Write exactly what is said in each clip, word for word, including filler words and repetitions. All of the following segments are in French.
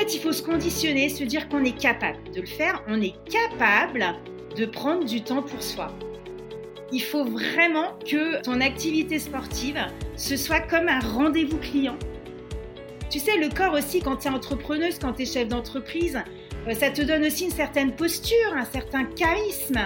fait, il faut se conditionner, se dire qu'on est capable de le faire, on est capable de prendre du temps pour soi. Il faut vraiment que ton activité sportive, ce soit comme un rendez-vous client. Tu sais, le corps aussi, quand tu es entrepreneuse, quand tu es chef d'entreprise, ça te donne aussi une certaine posture, un certain charisme.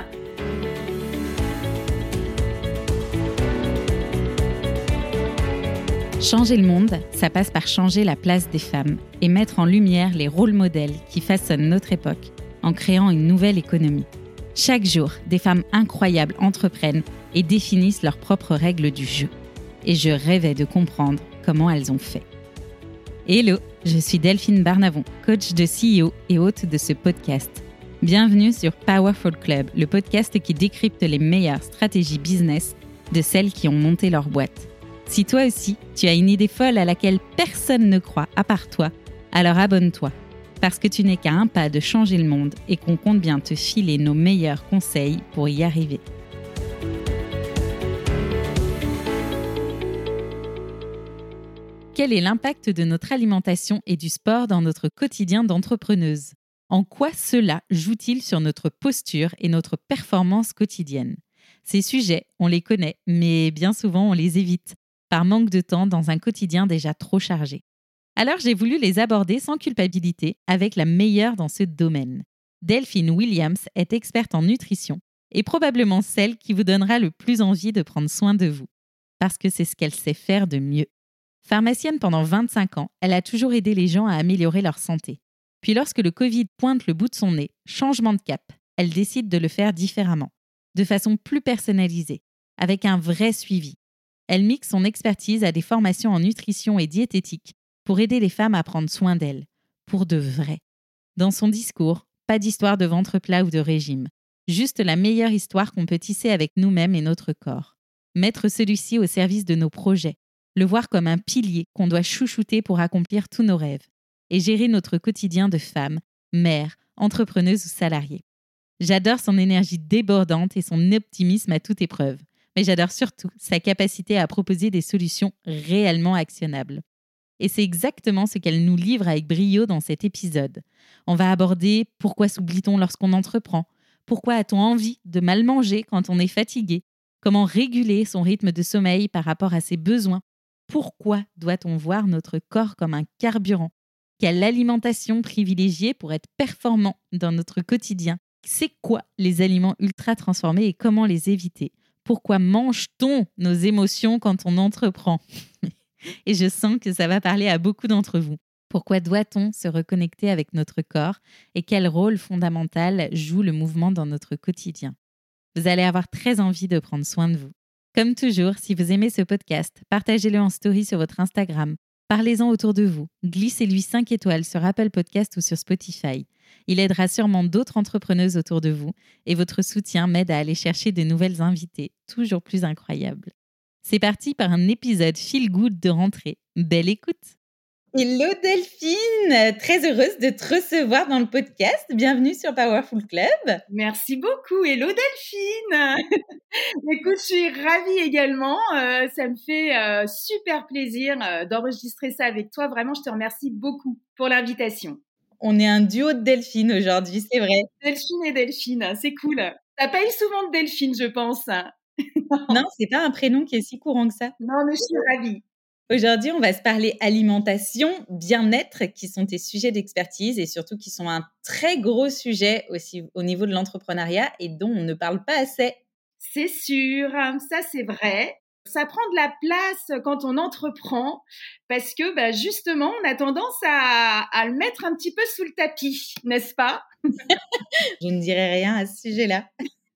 Changer le monde, ça passe par changer la place des femmes et mettre en lumière les rôles modèles qui façonnent notre époque en créant une nouvelle économie. Chaque jour, des femmes incroyables entreprennent et définissent leurs propres règles du jeu. Et je rêvais de comprendre comment elles ont fait. Hello, je suis Delphine Barnavon, coach de C E O et hôte de ce podcast. Bienvenue sur Powerful Club, le podcast qui décrypte les meilleures stratégies business de celles qui ont monté leur boîte. Si toi aussi, tu as une idée folle à laquelle personne ne croit à part toi, alors abonne-toi. Parce que tu n'es qu'à un pas de changer le monde et qu'on compte bien te filer nos meilleurs conseils pour y arriver. Quel est l'impact de notre alimentation et du sport dans notre quotidien d'entrepreneuse ? En quoi cela joue-t-il sur notre posture et notre performance quotidienne ? Ces sujets, on les connaît, mais bien souvent on les évite, par manque de temps dans un quotidien déjà trop chargé. Alors j'ai voulu les aborder sans culpabilité avec la meilleure dans ce domaine. Delphine Williams est experte en nutrition et probablement celle qui vous donnera le plus envie de prendre soin de vous, parce que c'est ce qu'elle sait faire de mieux. Pharmacienne pendant vingt-cinq ans, elle a toujours aidé les gens à améliorer leur santé. Puis lorsque le Covid pointe le bout de son nez, changement de cap, elle décide de le faire différemment, de façon plus personnalisée, avec un vrai suivi. Elle mixe son expertise à des formations en nutrition et diététique pour aider les femmes à prendre soin d'elles, pour de vrai. Dans son discours, pas d'histoire de ventre plat ou de régime, juste la meilleure histoire qu'on peut tisser avec nous-mêmes et notre corps. Mettre celui-ci au service de nos projets, le voir comme un pilier qu'on doit chouchouter pour accomplir tous nos rêves, et gérer notre quotidien de femme, mère, entrepreneuse ou salariée. J'adore son énergie débordante et son optimisme à toute épreuve, mais j'adore surtout sa capacité à proposer des solutions réellement actionnables. Et c'est exactement ce qu'elle nous livre avec brio dans cet épisode. On va aborder pourquoi s'oublie-t-on lorsqu'on entreprend, pourquoi a-t-on envie de mal manger quand on est fatigué, comment réguler son rythme de sommeil par rapport à ses besoins, pourquoi doit-on voir notre corps comme un carburant, quelle alimentation privilégier pour être performant dans notre quotidien, c'est quoi les aliments ultra transformés et comment les éviter, pourquoi mange-t-on nos émotions quand on entreprend ? Et je sens que ça va parler à beaucoup d'entre vous. Pourquoi doit-on se reconnecter avec notre corps et quel rôle fondamental joue le mouvement dans notre quotidien ? Vous allez avoir très envie de prendre soin de vous. Comme toujours, si vous aimez ce podcast, partagez-le en story sur votre Instagram. Parlez-en autour de vous. Glissez-lui cinq étoiles sur Apple Podcast ou sur Spotify. Il aidera sûrement d'autres entrepreneuses autour de vous et votre soutien m'aide à aller chercher de nouvelles invitées, toujours plus incroyables. C'est parti par un épisode feel good de rentrée. Belle écoute! Hello Delphine! Très heureuse de te recevoir dans le podcast. Bienvenue sur Powerful Club. Merci beaucoup. Hello Delphine! Écoute, je suis ravie également. Euh, ça me fait euh, super plaisir euh, d'enregistrer ça avec toi. Vraiment, je te remercie beaucoup pour l'invitation. On est un duo de Delphine aujourd'hui, c'est vrai. Delphine et Delphine, c'est cool. T'as pas eu souvent de Delphine, je pense. Non, c'est pas un prénom qui est si courant que ça. Non, mais je suis ravie. Aujourd'hui, on va se parler alimentation, bien-être, qui sont tes sujets d'expertise et surtout qui sont un très gros sujet aussi au niveau de l'entrepreneuriat et dont on ne parle pas assez. C'est sûr, ça c'est vrai. Ça prend de la place quand on entreprend parce que bah, justement, on a tendance à, à le mettre un petit peu sous le tapis, n'est-ce pas ? Je ne dirai rien à ce sujet-là.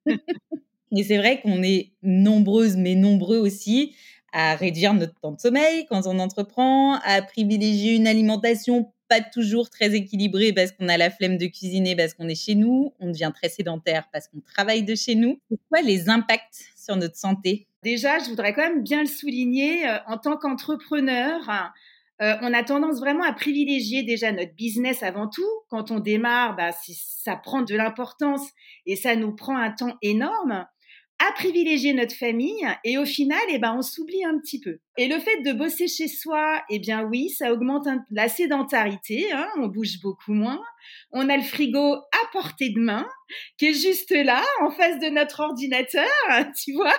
Et c'est vrai qu'on est nombreuses, mais nombreux aussi, à réduire notre temps de sommeil quand on entreprend, à privilégier une alimentation pas toujours très équilibrée parce qu'on a la flemme de cuisiner, parce qu'on est chez nous, on devient très sédentaire parce qu'on travaille de chez nous. C'est quoi les impacts sur notre santé ? Déjà, je voudrais quand même bien le souligner, euh, en tant qu'entrepreneur, euh, on a tendance vraiment à privilégier déjà notre business avant tout. Quand on démarre, bah, si ça prend de l'importance et ça nous prend un temps énorme. à privilégier notre famille et au final, eh ben, on s'oublie un petit peu. Et le fait de bosser chez soi, eh bien oui, ça augmente un, la sédentarité, hein, on bouge beaucoup moins. On a le frigo à portée de main qui est juste là, en face de notre ordinateur, tu vois.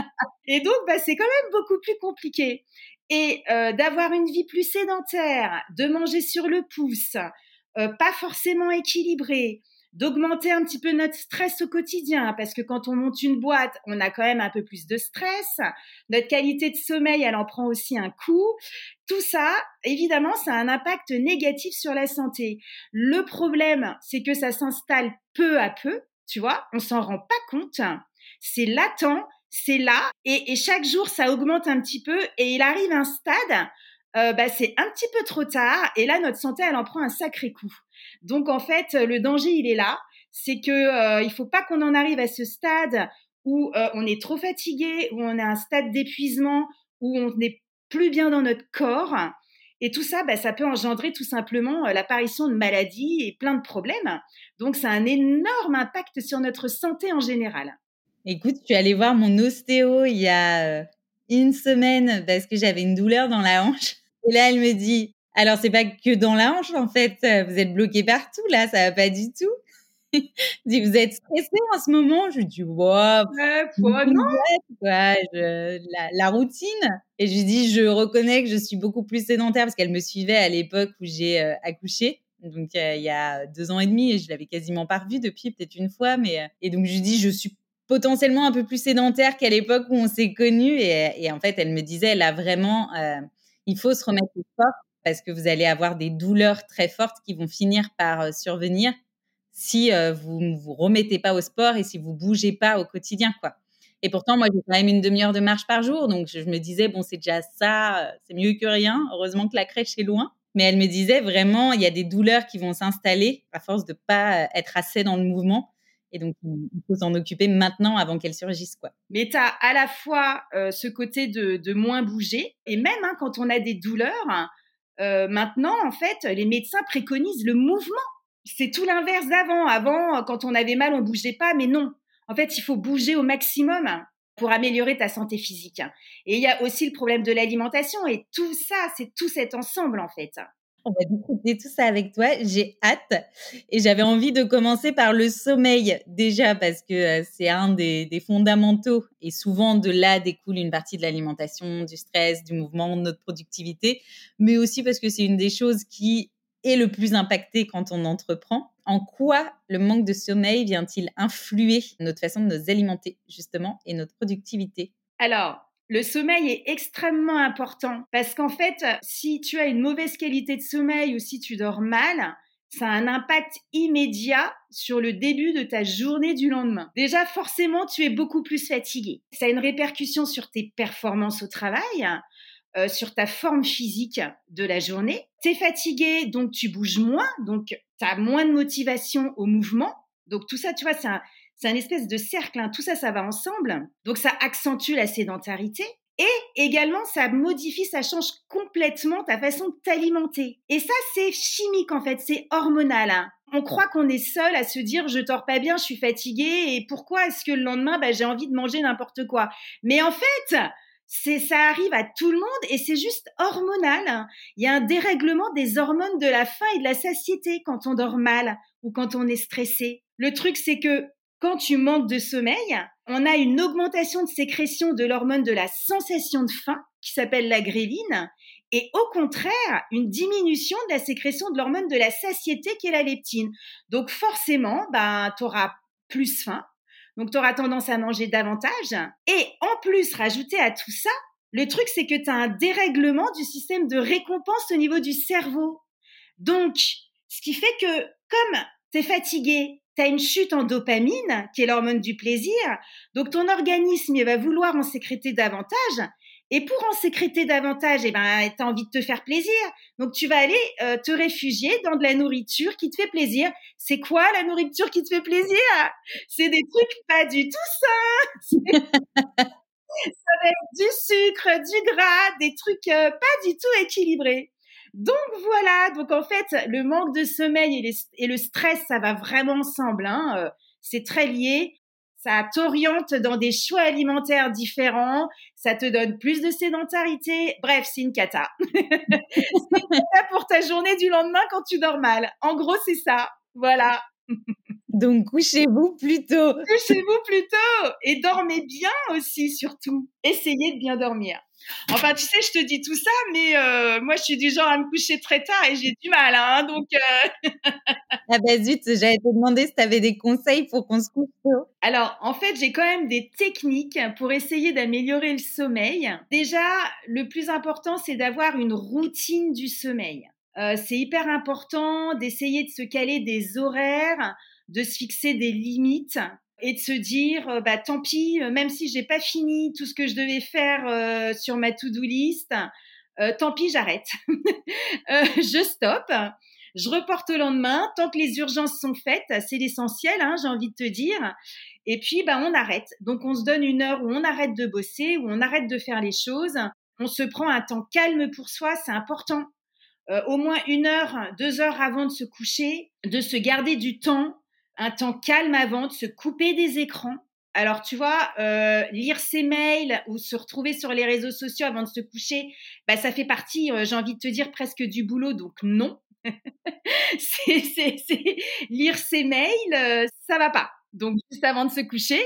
Et donc, bah, c'est quand même beaucoup plus compliqué. Et euh, d'avoir une vie plus sédentaire, de manger sur le pouce, euh, pas forcément équilibré, d'augmenter un petit peu notre stress au quotidien, parce que quand on monte une boîte, on a quand même un peu plus de stress. Notre qualité de sommeil, elle en prend aussi un coup. Tout ça, évidemment, ça a un impact négatif sur la santé. Le problème, c'est que ça s'installe peu à peu, tu vois, on s'en rend pas compte. C'est latent, c'est là, et, et chaque jour, ça augmente un petit peu, et il arrive un stade, euh, bah, c'est un petit peu trop tard, et là, notre santé, elle en prend un sacré coup. Donc, en fait, le danger, il est là. C'est que euh, il faut pas qu'on en arrive à ce stade où euh, on est trop fatigué, où on a un stade d'épuisement, où on n'est plus bien dans notre corps. Et tout ça, bah, ça peut engendrer tout simplement euh, l'apparition de maladies et plein de problèmes. Donc, ça a un énorme impact sur notre santé en général. Écoute, je suis allée voir mon ostéo il y a euh, une semaine parce que j'avais une douleur dans la hanche. Et là, elle me dit, alors c'est pas que dans la hanche en fait, euh, vous êtes bloqué partout là, ça va pas du tout. Elle dit, vous êtes stressé en ce moment? Je lui dis, wow, Euh, oh non. quoi, je, la, la routine. Et je lui dis, je reconnais que je suis beaucoup plus sédentaire parce qu'elle me suivait à l'époque où j'ai euh, accouché. Donc, euh, il y a deux ans et demi et je l'avais quasiment pas revue depuis, peut-être une fois. Mais, euh, et donc, je lui dis, je suis potentiellement un peu plus sédentaire qu'à l'époque où on s'est connus. Et, et en fait, elle me disait, là, vraiment, euh, il faut se remettre au sport parce que vous allez avoir des douleurs très fortes qui vont finir par euh, survenir si euh, vous ne vous remettez pas au sport et si vous bougez pas au quotidien, quoi. Et pourtant, moi, j'ai quand même une demi-heure de marche par jour. Donc, je me disais, bon, c'est déjà ça, euh, c'est mieux que rien. Heureusement que la crèche est loin. Mais elle me disait vraiment, il y a des douleurs qui vont s'installer à force de pas être assez dans le mouvement. Et donc, il faut s'en occuper maintenant avant qu'elles surgissent, quoi. Mais tu as à la fois euh, ce côté de, de moins bouger, et même hein, quand on a des douleurs, euh, maintenant, en fait, les médecins préconisent le mouvement. C'est tout l'inverse d'avant. Avant, quand on avait mal, on bougeait pas, mais non. En fait, il faut bouger au maximum pour améliorer ta santé physique. Et il y a aussi le problème de l'alimentation, et tout ça, c'est tout cet ensemble, en fait. On va discuter tout ça avec toi. J'ai hâte. Et j'avais envie de commencer par le sommeil, déjà, parce que c'est un des, des fondamentaux. Et souvent, de là découle une partie de l'alimentation, du stress, du mouvement, de notre productivité. Mais aussi parce que c'est une des choses qui est le plus impactée quand on entreprend. En quoi le manque de sommeil vient-il influer notre façon de nous alimenter, justement, et notre productivité? Alors, le sommeil est extrêmement important parce qu'en fait, si tu as une mauvaise qualité de sommeil ou si tu dors mal, ça a un impact immédiat sur le début de ta journée du lendemain. Déjà, forcément, tu es beaucoup plus fatigué. Ça a une répercussion sur tes performances au travail, euh, sur ta forme physique de la journée. Tu es fatigué, donc tu bouges moins, donc tu as moins de motivation au mouvement. Donc tout ça, tu vois, c'est un, c'est un espèce de cercle, hein. Tout ça, ça va ensemble. Donc ça accentue la sédentarité. Et également, ça modifie, ça change complètement ta façon de t'alimenter. Et ça, c'est chimique en fait, c'est hormonal. Hein. On croit qu'on est seul à se dire je dors pas bien, je suis fatiguée et pourquoi est-ce que le lendemain bah, j'ai envie de manger n'importe quoi. Mais en fait, c'est, ça arrive à tout le monde et c'est juste hormonal. Il y a un dérèglement des hormones de la faim et de la satiété quand on dort mal ou quand on est stressé. Le truc, c'est que quand tu manques de sommeil, on a une augmentation de sécrétion de l'hormone de la sensation de faim, qui s'appelle la gréline, et au contraire, une diminution de la sécrétion de l'hormone de la satiété, qui est la leptine. Donc forcément, ben, tu auras plus faim, donc tu auras tendance à manger davantage. Et en plus, rajouter à tout ça, le truc, c'est que tu as un dérèglement du système de récompense au niveau du cerveau. Donc, ce qui fait que comme tu es fatigué, tu as une chute en dopamine, qui est l'hormone du plaisir. Donc, ton organisme, il va vouloir en sécréter davantage. Et pour en sécréter davantage, eh ben, tu as envie de te faire plaisir. Donc, tu vas aller euh, te réfugier dans de la nourriture qui te fait plaisir. C'est quoi la nourriture qui te fait plaisir? C'est des trucs pas du tout sains. Ça va être du sucre, du gras, des trucs euh, pas du tout équilibrés. Donc voilà, donc en fait, le manque de sommeil et, les, et le stress, ça va vraiment ensemble. Hein. Euh, c'est très lié. ça t'oriente dans des choix alimentaires différents, ça te donne plus de sédentarité. Bref, c'est une cata. C'est une cata pour ta journée du lendemain quand tu dors mal. En gros, c'est ça. Voilà. Donc, couchez-vous plus tôt. Couchez-vous plus tôt et dormez bien aussi, surtout. Essayez de bien dormir. Enfin, tu sais, je te dis tout ça, mais euh, moi, je suis du genre à me coucher très tard et j'ai du mal, hein, donc... Euh... ah bah zut, j'allais te demander si tu avais des conseils pour qu'on se couche tôt. Alors, en fait, j'ai quand même des techniques pour essayer d'améliorer le sommeil. Déjà, le plus important, c'est d'avoir une routine du sommeil. Euh, c'est hyper important d'essayer de se caler des horaires, de se fixer des limites et de se dire, bah tant pis, même si j'ai pas fini tout ce que je devais faire euh, sur ma to-do list, euh, tant pis, j'arrête. euh, je stoppe. Je reporte au lendemain. Tant que les urgences sont faites, c'est l'essentiel, hein, j'ai envie de te dire. Et puis, bah, on arrête. Donc, on se donne une heure où on arrête de bosser, où on arrête de faire les choses. On se prend un temps calme pour soi, c'est important. Euh, au moins une heure, deux heures avant de se coucher, de se garder du temps, un temps calme avant, de se couper des écrans. Alors, tu vois, euh, lire ses mails ou se retrouver sur les réseaux sociaux avant de se coucher, bah, ça fait partie, euh, j'ai envie de te dire, presque du boulot. Donc, non. c'est, c'est, c'est... Lire ses mails, euh, ça va pas. Donc, juste avant de se coucher.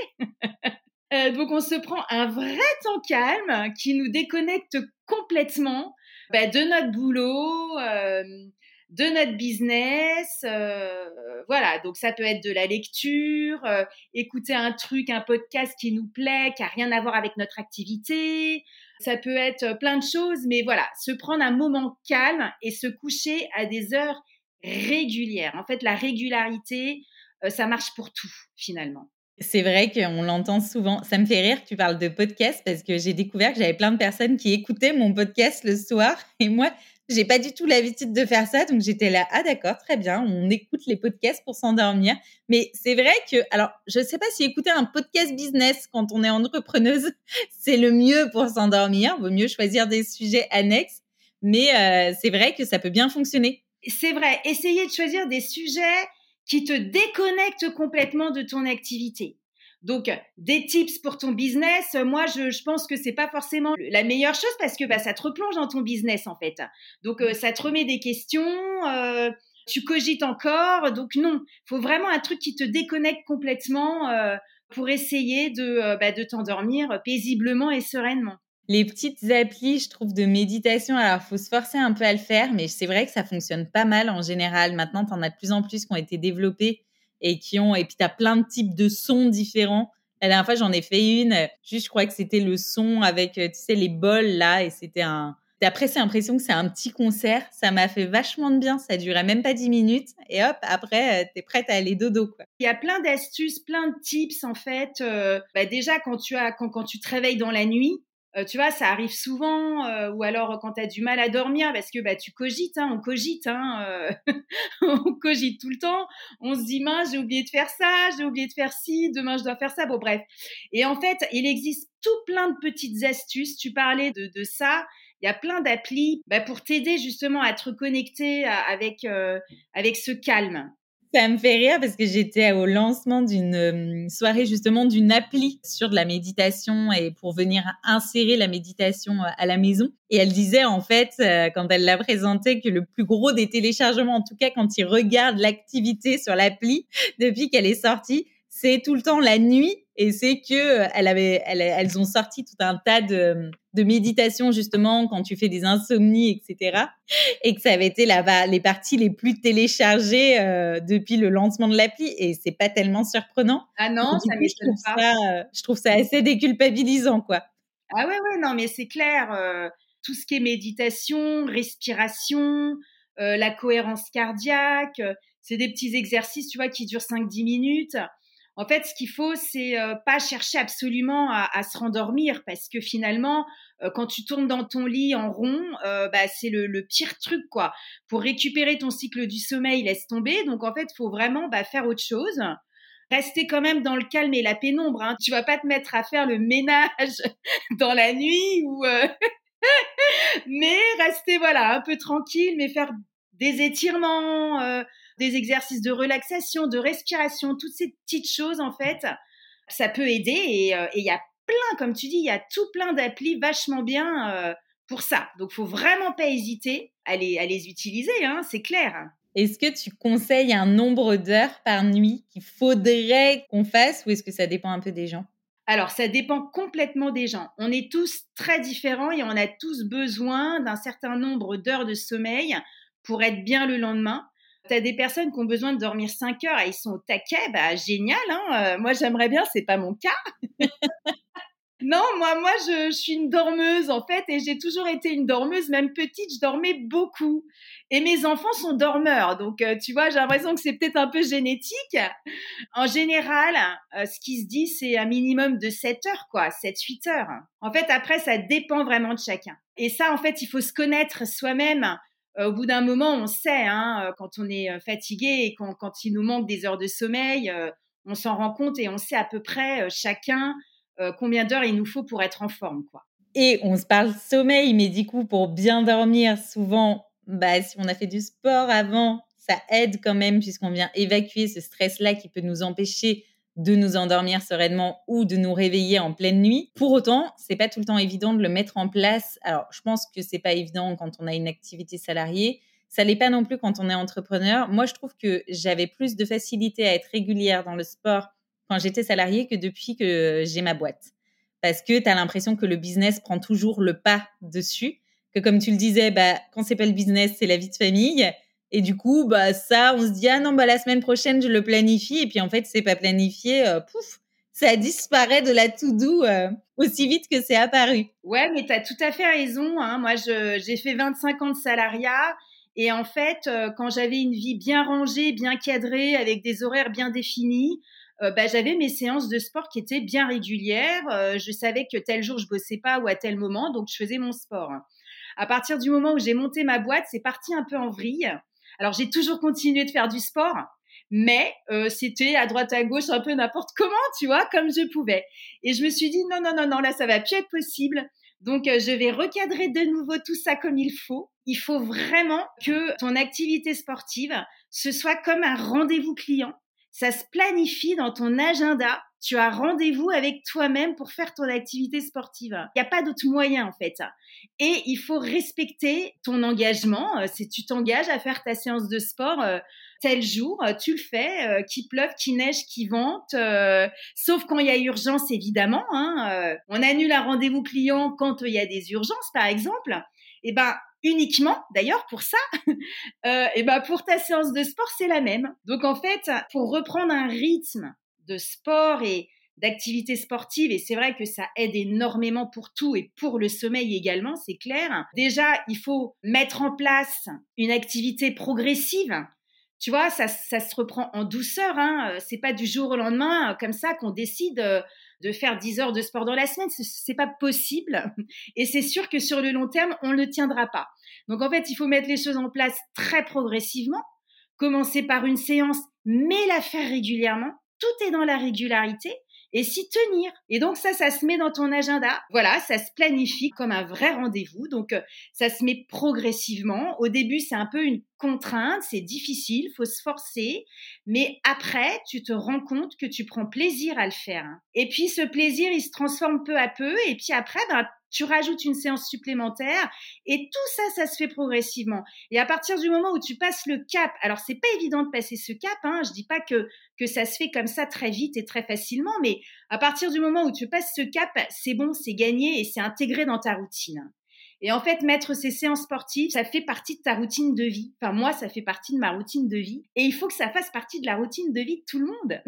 euh, donc, on se prend un vrai temps calme qui nous déconnecte complètement bah, de notre boulot, euh, de notre business. Euh, voilà, donc ça peut être de la lecture, euh, écouter un truc, un podcast qui nous plaît, qui n'a rien à voir avec notre activité. Ça peut être plein de choses, mais voilà, se prendre un moment calme et se coucher à des heures régulières. En fait, la régularité, euh, ça marche pour tout, finalement. C'est vrai qu'on l'entend souvent. Ça me fait rire que tu parles de podcast parce que j'ai découvert que j'avais plein de personnes qui écoutaient mon podcast le soir. Et moi, j'ai pas du tout l'habitude de faire ça. Donc, j'étais là, ah d'accord, très bien, on écoute les podcasts pour s'endormir. Mais c'est vrai que, alors, je sais pas si écouter un podcast business quand on est entrepreneuse, c'est le mieux pour s'endormir. Vaut mieux choisir des sujets annexes. Mais euh, c'est vrai que ça peut bien fonctionner. C'est vrai, essayez de choisir des sujets qui te déconnectent complètement de ton activité. Donc, des tips pour ton business, moi, je, je pense que c'est pas forcément la meilleure chose parce que bah, ça te replonge dans ton business, en fait. Donc, euh, ça te remet des questions, euh, tu cogites encore. Donc, non, il faut vraiment un truc qui te déconnecte complètement euh, pour essayer de, euh, bah, de t'endormir paisiblement et sereinement. Les petites applis, je trouve, de méditation, alors il faut se forcer un peu à le faire, mais c'est vrai que ça fonctionne pas mal en général. Maintenant, tu en as de plus en plus qui ont été développés et qui ont, et puis tu as plein de types de sons différents. La dernière fois, j'en ai fait une, juste je crois que c'était le son avec, tu sais, les bols là, et c'était un... T'as presque l'impression que c'est un petit concert. Ça m'a fait vachement de bien. Ça durait même pas dix minutes. Et hop, après, t'es prête à aller dodo, quoi. Il y a plein d'astuces, plein de tips, en fait. Euh, bah déjà, quand tu as, quand, quand tu te réveilles dans la nuit, Euh, tu vois, ça arrive souvent, euh, ou alors quand tu as du mal à dormir, parce que bah, tu cogites, hein, on cogite, hein, euh, on cogite tout le temps, on se dit, mince, j'ai oublié de faire ça, j'ai oublié de faire ci, demain je dois faire ça, bon bref. Et en fait, il existe tout plein de petites astuces, tu parlais de, de ça, il y a plein d'applis bah, pour t'aider justement à te reconnecter avec, euh, avec ce calme. Ça me fait rire parce que j'étais au lancement d'une euh, soirée justement d'une appli sur de la méditation et pour venir insérer la méditation à la maison. Et elle disait en fait, euh, quand elle l'a présenté, que le plus gros des téléchargements, en tout cas quand ils regardent l'activité sur l'appli depuis qu'elle est sortie, c'est tout le temps la nuit. Et c'est que elle avait, elle, elles ont sorti tout un tas de, de méditations justement quand tu fais des insomnies, et cetera. Et que ça avait été la, les parties les plus téléchargées euh, depuis le lancement de l'appli. Et c'est pas tellement surprenant. Ah non, ça m'étonne pas. Ça, euh, je trouve ça assez déculpabilisant, quoi. Ah ouais, ouais, non, mais c'est clair. Euh, tout ce qui est méditation, respiration, euh, la cohérence cardiaque, euh, c'est des petits exercices, tu vois, qui durent cinq dix minutes. En fait, ce qu'il faut, c'est euh, pas chercher absolument à, à se rendormir parce que finalement, euh, quand tu tournes dans ton lit en rond, euh, bah, c'est le, le pire truc, quoi. Pour récupérer ton cycle du sommeil, laisse tomber. Donc, en fait, il faut vraiment bah, faire autre chose. Rester quand même dans le calme et la pénombre. Hein. Tu vas pas te mettre à faire le ménage dans la nuit ou euh... mais rester voilà un peu tranquille, mais faire des étirements, euh, des exercices de relaxation, de respiration, toutes ces petites choses en fait Ça peut aider et il euh, y a plein, comme tu dis, il y a tout plein d'applis vachement bien euh, pour ça. Donc, faut vraiment pas hésiter à les, à les utiliser, hein, c'est clair. Est-ce que tu conseilles un nombre d'heures par nuit qu'il faudrait qu'on fasse ou est-ce que ça dépend un peu des gens? Alors, ça dépend complètement des gens. On est tous très différents et on a tous besoin d'un certain nombre d'heures de sommeil pour être bien le lendemain. Tu as des personnes qui ont besoin de dormir cinq heures et ils sont au taquet, bah génial, hein. Euh, moi, j'aimerais bien, c'est pas mon cas. Non, moi, moi, je, je suis une dormeuse en fait, et j'ai toujours été une dormeuse. Même petite, je dormais beaucoup. Et mes enfants sont dormeurs, donc euh, tu vois, j'ai l'impression que c'est peut-être un peu génétique. En général, euh, ce qui se dit, c'est un minimum de sept heures, quoi, sept huit heures. En fait, après, ça dépend vraiment de chacun. Et ça, en fait, il faut se connaître soi-même. Euh, au bout d'un moment, on sait, hein, quand on est fatigué et quand, quand il nous manque des heures de sommeil, euh, on s'en rend compte et on sait à peu près euh, chacun euh, combien d'heures il nous faut pour être en forme, quoi. Et on se parle sommeil, mais du coup, pour bien dormir, souvent, bah, si on a fait du sport avant, ça aide quand même puisqu'on vient évacuer ce stress-là qui peut nous empêcher de nous endormir sereinement ou de nous réveiller en pleine nuit. Pour autant, c'est pas tout le temps évident de le mettre en place. Alors, je pense que c'est pas évident quand on a une activité salariée. Ça l'est pas non plus quand on est entrepreneur. Moi, je trouve que j'avais plus de facilité à être régulière dans le sport quand j'étais salariée que depuis que j'ai ma boîte. Parce que tu as l'impression que le business prend toujours le pas dessus. Que comme tu le disais, bah, quand c'est pas le business, c'est la vie de famille. Et du coup, bah, ça, on se dit, ah non, bah, la semaine prochaine, je le planifie. Et puis, en fait, c'est pas planifié. Euh, pouf, ça disparaît de la to-do euh, aussi vite que c'est apparu. Ouais, mais tu as tout à fait raison, hein. Moi, je, j'ai fait vingt-cinq ans de salariat. Et en fait, euh, quand j'avais une vie bien rangée, bien cadrée, avec des horaires bien définis, euh, bah, j'avais mes séances de sport qui étaient bien régulières. Euh, je savais que tel jour, je bossais pas ou à tel moment, donc je faisais mon sport. À partir du moment où j'ai monté ma boîte, c'est parti un peu en vrille. Alors, j'ai toujours continué de faire du sport, mais euh, c'était à droite à gauche un peu n'importe comment, tu vois, comme je pouvais. Et je me suis dit, non, non, non, non, là, ça va plus être possible. Donc, euh, je vais recadrer de nouveau tout ça comme il faut. Il faut vraiment que ton activité sportive, ce soit comme un rendez-vous client. Ça se planifie dans ton agenda. Tu as rendez-vous avec toi-même pour faire ton activité sportive. Il n'y a pas d'autre moyen, en fait. Et il faut respecter ton engagement. Si tu t'engages à faire ta séance de sport euh, tel jour, tu le fais, euh, qu'il pleuve, qu'il neige, qu'il vente, euh, sauf quand il y a urgence, évidemment. Hein, euh, on annule un rendez-vous client quand il y a des urgences, par exemple. Et ben, uniquement, d'ailleurs, pour ça, euh, et ben pour ta séance de sport, c'est la même. Donc en fait, pour reprendre un rythme de sport et d'activité sportive, et c'est vrai que ça aide énormément pour tout et pour le sommeil également, c'est clair. Déjà, il faut mettre en place une activité progressive. Tu vois, ça, ça se reprend en douceur, hein. C'est pas du jour au lendemain comme ça qu'on décide de faire dix heures de sport dans la semaine. C'est pas possible. Et c'est sûr que sur le long terme, on ne le tiendra pas. Donc en fait, il faut mettre les choses en place très progressivement. Commencer par une séance, mais la faire régulièrement. Tout est dans la régularité. Et s'y tenir. Et donc ça, ça se met dans ton agenda. Voilà, ça se planifie comme un vrai rendez-vous. Donc euh, ça se met progressivement. Au début, c'est un peu une contrainte, c'est difficile, faut se forcer. Mais après, tu te rends compte que tu prends plaisir à le faire. Et puis ce plaisir, il se transforme peu à peu. Et puis après, ben, tu rajoutes une séance supplémentaire et tout ça, ça se fait progressivement. Et à partir du moment où tu passes le cap, alors c'est pas évident de passer ce cap, hein, je dis pas que, que ça se fait comme ça très vite et très facilement, mais à partir du moment où tu passes ce cap, c'est bon, c'est gagné et c'est intégré dans ta routine. Et en fait, mettre ces séances sportives, ça fait partie de ta routine de vie. Enfin, moi, ça fait partie de ma routine de vie. Et il faut que ça fasse partie de la routine de vie de tout le monde.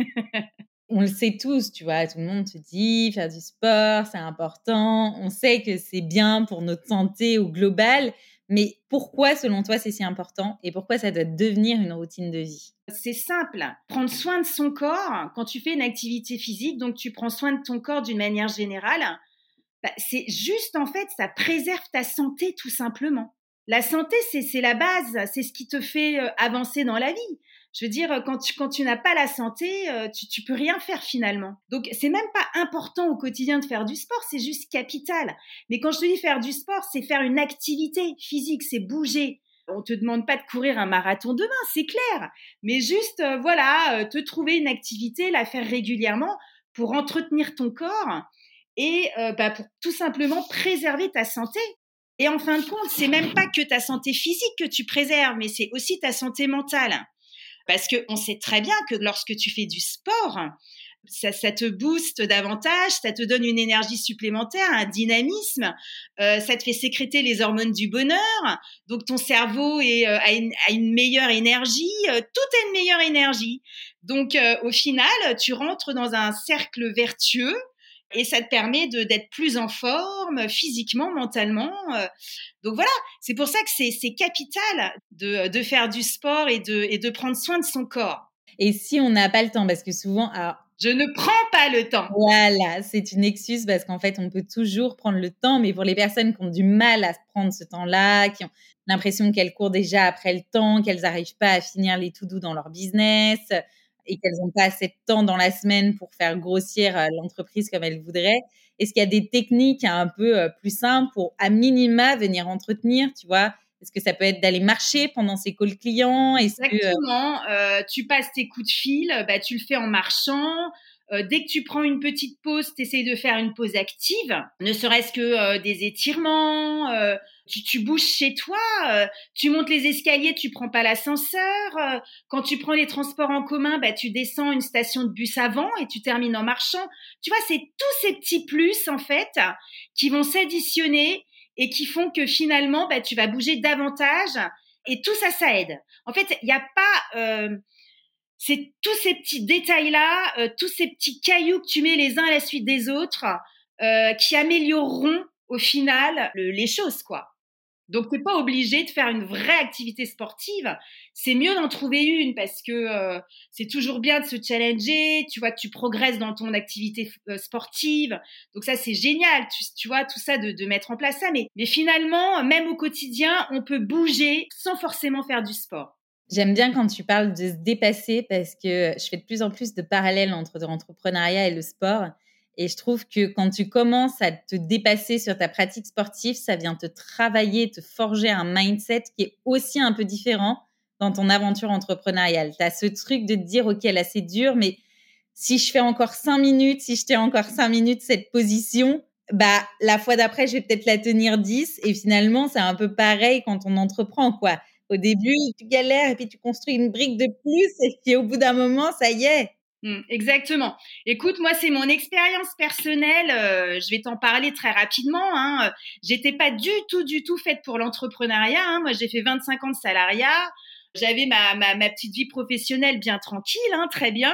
On le sait tous, tu vois, tout le monde te dit faire du sport, c'est important. On sait que c'est bien pour notre santé au global. Mais pourquoi, selon toi, c'est si important et pourquoi ça doit devenir une routine de vie? C'est simple. Prendre soin de son corps quand tu fais une activité physique, donc tu prends soin de ton corps d'une manière générale, bah, c'est juste, en fait, ça préserve ta santé tout simplement. La santé, c'est, c'est la base, c'est ce qui te fait euh, avancer dans la vie. Je veux dire, quand tu, quand tu n'as pas la santé, euh, tu, tu peux rien faire finalement. Donc, c'est même pas important au quotidien de faire du sport, c'est juste capital. Mais quand je te dis faire du sport, c'est faire une activité physique, c'est bouger. On te demande pas de courir un marathon demain, c'est clair. Mais juste, euh, voilà, euh, te trouver une activité, la faire régulièrement pour entretenir ton corps et euh, bah, pour tout simplement préserver ta santé. Et en fin de compte, c'est même pas que ta santé physique que tu préserves, mais c'est aussi ta santé mentale. Parce qu'on sait très bien que lorsque tu fais du sport, ça, ça te booste davantage, ça te donne une énergie supplémentaire, un dynamisme, euh, ça te fait sécréter les hormones du bonheur, donc ton cerveau est, euh, a, une, a une meilleure énergie, euh, tout est une meilleure énergie. Donc euh, au final, tu rentres dans un cercle vertueux et ça te permet de, d'être plus en forme physiquement, mentalement. Euh, donc voilà, c'est pour ça que c'est, c'est capital de, de faire du sport et de, et de prendre soin de son corps. Et si on n'a pas le temps, parce que souvent, alors, je ne prends pas le temps. Voilà, c'est une excuse parce qu'en fait, on peut toujours prendre le temps, mais pour les personnes qui ont du mal à prendre ce temps-là, qui ont l'impression qu'elles courent déjà après le temps, qu'elles n'arrivent pas à finir les to-do dans leur business et qu'elles n'ont pas assez de temps dans la semaine pour faire grossir l'entreprise comme elles voudraient, est-ce qu'il y a des techniques un peu plus simples pour, à minima, venir entretenir, tu vois? Est-ce que ça peut être d'aller marcher pendant ces calls clients? Est-ce Exactement. Que... Euh, tu passes tes coups de fil, bah, tu le fais en marchant. Euh, dès que tu prends une petite pause, tu essayes de faire une pause active, ne serait-ce que euh, des étirements. Euh, tu, tu bouges chez toi. Euh, tu montes les escaliers, tu prends pas l'ascenseur. Euh, quand tu prends les transports en commun, bah, tu descends une station de bus avant et tu termines en marchant. Tu vois, c'est tous ces petits plus, en fait, qui vont s'additionner et qui font que finalement, bah, tu vas bouger davantage. Et tout ça, ça aide. En fait, il n'y a pas... Euh, c'est tous ces petits détails-là, euh, tous ces petits cailloux que tu mets les uns à la suite des autres, euh, qui amélioreront au final le, les choses, quoi. Donc, t'es pas obligé de faire une vraie activité sportive. C'est mieux d'en trouver une parce que euh, c'est toujours bien de se challenger. Tu vois que tu progresses dans ton activité euh, sportive. Donc ça, c'est génial. Tu, tu vois, tout ça de, de mettre en place ça. Mais, mais finalement, même au quotidien, on peut bouger sans forcément faire du sport. J'aime bien quand tu parles de se dépasser parce que je fais de plus en plus de parallèles entre l'entrepreneuriat et le sport. Et je trouve que quand tu commences à te dépasser sur ta pratique sportive, ça vient te travailler, te forger un mindset qui est aussi un peu différent dans ton aventure entrepreneuriale. Tu as ce truc de te dire, OK, là, c'est dur, mais si je fais encore cinq minutes, si je tiens encore cinq minutes cette position, bah, la fois d'après, je vais peut-être la tenir dix. Et finalement, c'est un peu pareil quand on entreprend, quoi. Au début, tu galères et puis tu construis une brique de plus et puis au bout d'un moment, ça y est. Mmh, exactement. Écoute, moi, c'est mon expérience personnelle. Euh, je vais t'en parler très rapidement. Hein. J'étais pas du tout, du tout faite pour l'entrepreneuriat. Hein. Moi, j'ai fait vingt-cinq ans de salariat. J'avais ma, ma, ma petite vie professionnelle bien tranquille, hein, très bien.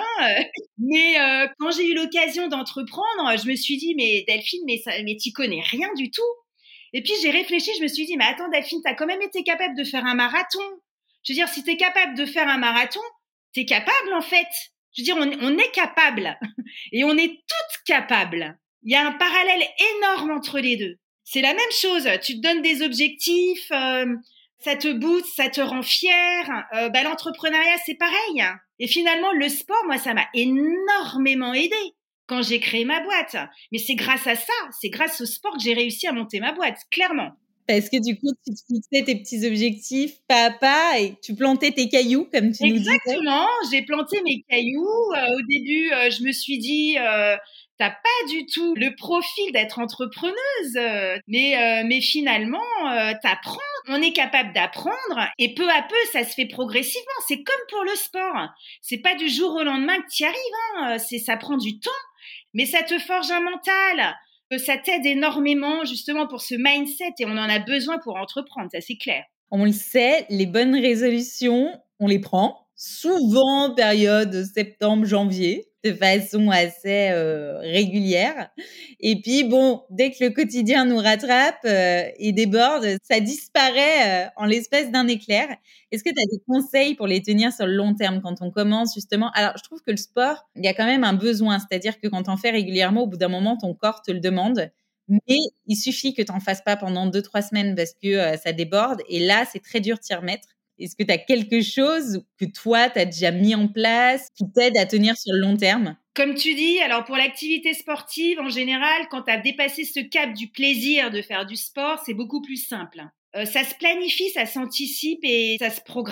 Mais euh, quand j'ai eu l'occasion d'entreprendre, je me suis dit, mais Delphine, mais, ça, mais t'y connais rien du tout. Et puis, j'ai réfléchi, je me suis dit, mais attends, Delphine, t'as quand même été capable de faire un marathon. Je veux dire, si t'es capable de faire un marathon, t'es capable, en fait. Je veux dire, on, on est capable. Et on est toutes capables. Il y a un parallèle énorme entre les deux. C'est la même chose. Tu te donnes des objectifs, euh, ça te booste, ça te rend fier. Euh, bah, l'entrepreneuriat, c'est pareil. Et finalement, le sport, moi, ça m'a énormément aidé quand j'ai créé ma boîte. Mais c'est grâce à ça, c'est grâce au sport que j'ai réussi à monter ma boîte, clairement. Parce que du coup, tu te fixais tes petits objectifs pas à pas et tu plantais tes cailloux, comme tu nous disais. Exactement, j'ai planté mes cailloux. Euh, au début, euh, je me suis dit, euh, t'as pas du tout le profil d'être entrepreneuse, euh, mais, euh, mais finalement, euh, t'apprends. On est capable d'apprendre et peu à peu, ça se fait progressivement. C'est comme pour le sport. C'est pas du jour au lendemain que tu y arrives. Hein. C'est, ça prend du temps, mais ça te forge un mental. Ça t'aide énormément justement pour ce mindset et on en a besoin pour entreprendre, ça c'est clair. On le sait, les bonnes résolutions, on les prend souvent période septembre, janvier, de façon assez euh, régulière. Et puis, bon, dès que le quotidien nous rattrape euh, et déborde, ça disparaît euh, en l'espace d'un éclair. Est-ce que tu as des conseils pour les tenir sur le long terme quand on commence justement? Alors, je trouve que le sport, il y a quand même un besoin. C'est-à-dire que quand on fait régulièrement, au bout d'un moment, ton corps te le demande. Mais il suffit que tu n'en fasses pas pendant deux, trois semaines parce que euh, ça déborde. Et là, c'est très dur de t'y remettre. Est-ce que tu as quelque chose que toi, tu as déjà mis en place qui t'aide à tenir sur le long terme? Comme tu dis, alors pour l'activité sportive, en général, quand tu as dépassé ce cap du plaisir de faire du sport, c'est beaucoup plus simple. Euh, ça se planifie, ça s'anticipe et ça se programme.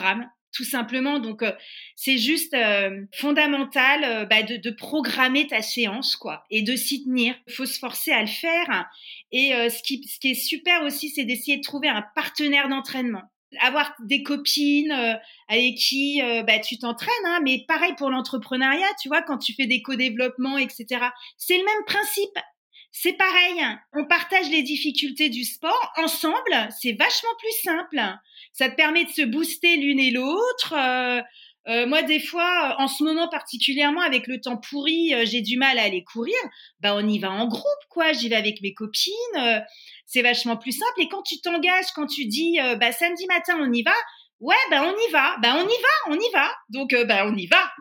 tout simplement. Donc, euh, c'est juste euh, fondamental euh, bah, de, de programmer ta séance, quoi, et de s'y tenir. Il faut se forcer à le faire. Et euh, ce, qui, ce qui est super aussi, c'est d'essayer de trouver un partenaire d'entraînement. Avoir des copines euh, avec qui euh, bah, tu t'entraînes, hein, mais pareil pour l'entrepreneuriat, tu vois, quand tu fais des co-développements, et cetera. C'est le même principe. C'est pareil, on partage les difficultés du sport ensemble, c'est vachement plus simple. Ça te permet de se booster l'une et l'autre. Euh, euh, moi, des fois, en ce moment particulièrement, avec le temps pourri, euh, j'ai du mal à aller courir. Bah, on y va en groupe, quoi. J'y vais avec mes copines. Euh, c'est vachement plus simple. Et quand tu t'engages, quand tu dis, euh, bah, samedi matin, on y va. Ouais, bah, on y va. Bah, on y va, on y va. Donc, euh, bah, on y va.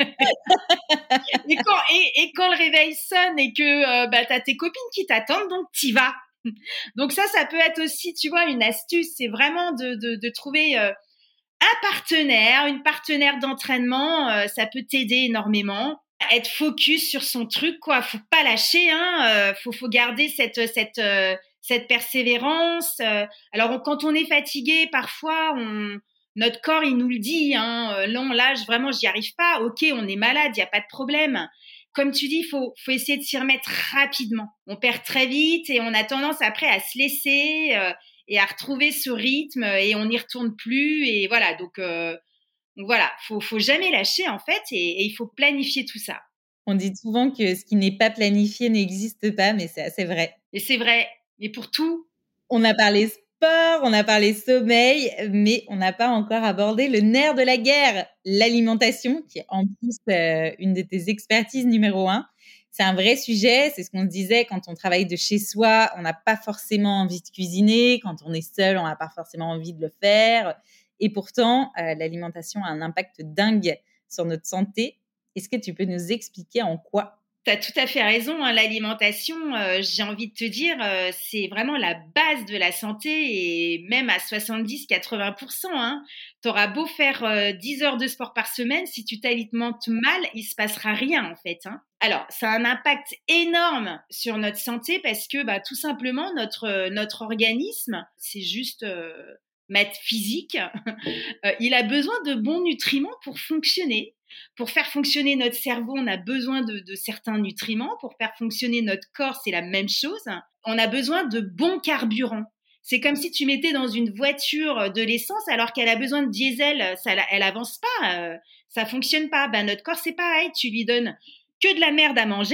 et, quand, et, et quand le réveil sonne et que euh, bah, t'as tes copines qui t'attendent, donc t'y vas. Donc ça, ça peut être aussi, tu vois, une astuce. C'est vraiment de, de, de trouver euh, un partenaire, une partenaire d'entraînement. Euh, ça peut t'aider énormément. Être focus sur son truc, quoi. Faut pas lâcher, hein. Euh, faut, faut garder cette, cette, euh, cette persévérance. Euh, alors, on, quand on est fatigué, parfois, on notre corps, il nous le dit, hein, non, là, je, vraiment, j'y arrive pas. Ok, on est malade, il y a pas de problème. Comme tu dis, il faut, faut essayer de s'y remettre rapidement. On perd très vite et on a tendance après à se laisser euh, et à retrouver ce rythme et on n'y retourne plus. Et voilà, donc, euh, donc voilà, faut, faut jamais lâcher en fait et, et il faut planifier tout ça. On dit souvent que ce qui n'est pas planifié n'existe pas, mais c'est assez vrai. Et c'est vrai, mais pour tout. On a parlé sport, on a parlé sommeil, mais on n'a pas encore abordé le nerf de la guerre, l'alimentation, qui est en plus euh, une de tes expertises numéro un. C'est un vrai sujet, c'est ce qu'on se disait, quand on travaille de chez soi, on n'a pas forcément envie de cuisiner, quand on est seul, on n'a pas forcément envie de le faire. Et pourtant, euh, l'alimentation a un impact dingue sur notre santé. Est-ce que tu peux nous expliquer en quoi? Tu as tout à fait raison, hein, l'alimentation, euh, j'ai envie de te dire, euh, c'est vraiment la base de la santé et même à soixante-dix à quatre-vingts pour cent. Hein. Tu auras beau faire euh, dix heures de sport par semaine, si tu t'alimentes mal, il se passera rien en fait. Hein. Alors, ça a un impact énorme sur notre santé parce que bah, tout simplement, notre, notre organisme, c'est juste... Euh, maths physique, euh, il a besoin de bons nutriments pour fonctionner. Pour faire fonctionner notre cerveau, on a besoin de, de certains nutriments. Pour faire fonctionner notre corps, c'est la même chose. On a besoin de bons carburants. C'est comme si tu mettais dans une voiture de l'essence alors qu'elle a besoin de diesel. Ça, elle avance pas, euh, ça fonctionne pas. Ben, notre corps, c'est pareil. Tu lui donnes que de la merde à manger,